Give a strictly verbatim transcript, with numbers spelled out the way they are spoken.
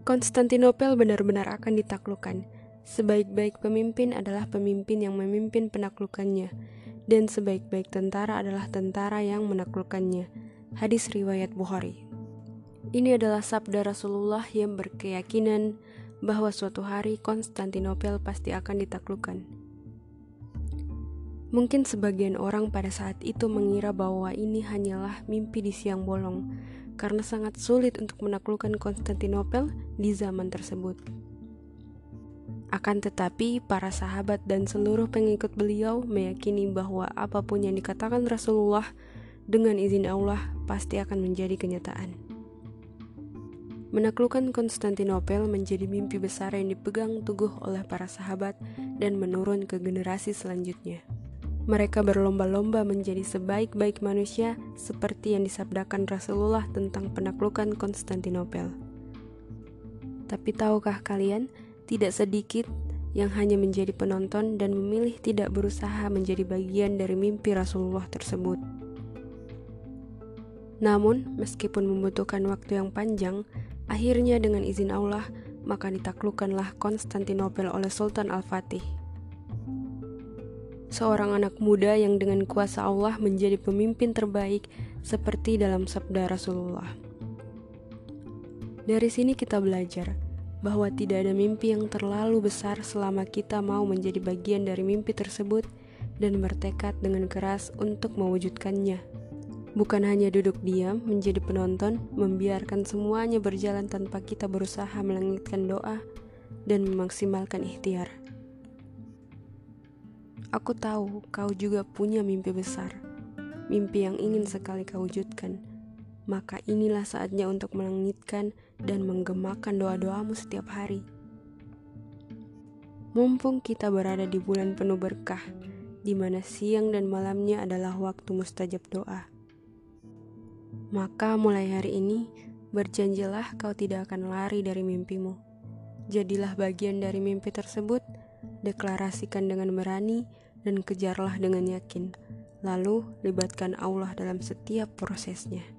Konstantinopel benar-benar akan ditaklukkan. Sebaik-baik pemimpin adalah pemimpin yang memimpin penaklukannya, dan sebaik-baik tentara adalah tentara yang menaklukkannya. Hadis riwayat Bukhari. Ini adalah sabda Rasulullah yang berkeyakinan bahwa suatu hari Konstantinopel pasti akan ditaklukkan. Mungkin sebagian orang pada saat itu mengira bahwa ini hanyalah mimpi di siang bolong, karena sangat sulit untuk menaklukkan Konstantinopel di zaman tersebut. Akan tetapi, para sahabat dan seluruh pengikut beliau meyakini bahwa apapun yang dikatakan Rasulullah dengan izin Allah pasti akan menjadi kenyataan. Menaklukkan Konstantinopel menjadi mimpi besar yang dipegang teguh oleh para sahabat dan menurun ke generasi selanjutnya. Mereka berlomba-lomba menjadi sebaik-baik manusia seperti yang disabdakan Rasulullah tentang penaklukan Konstantinopel. Tapi tahukah kalian, tidak sedikit yang hanya menjadi penonton dan memilih tidak berusaha menjadi bagian dari mimpi Rasulullah tersebut. Namun, meskipun membutuhkan waktu yang panjang, akhirnya dengan izin Allah, maka ditaklukkanlah Konstantinopel oleh Sultan Al-Fatih. Seorang anak muda yang dengan kuasa Allah menjadi pemimpin terbaik seperti dalam sabda Rasulullah. Dari sini kita belajar bahwa tidak ada mimpi yang terlalu besar selama kita mau menjadi bagian dari mimpi tersebut dan bertekad dengan keras untuk mewujudkannya. Bukan hanya duduk diam menjadi penonton, membiarkan semuanya berjalan tanpa kita berusaha melangitkan doa dan memaksimalkan ikhtiar. Aku tahu kau juga punya mimpi besar, mimpi yang ingin sekali kau wujudkan. Maka inilah saatnya untuk melangitkan dan menggemakan doa-doamu setiap hari. Mumpung kita berada di bulan penuh berkah, di mana siang dan malamnya adalah waktu mustajab doa. Maka mulai hari ini, berjanjilah kau tidak akan lari dari mimpimu. Jadilah bagian dari mimpi tersebut, deklarasikan dengan berani, dan kejarlah dengan yakin. Lalu, libatkan Allah dalam setiap prosesnya.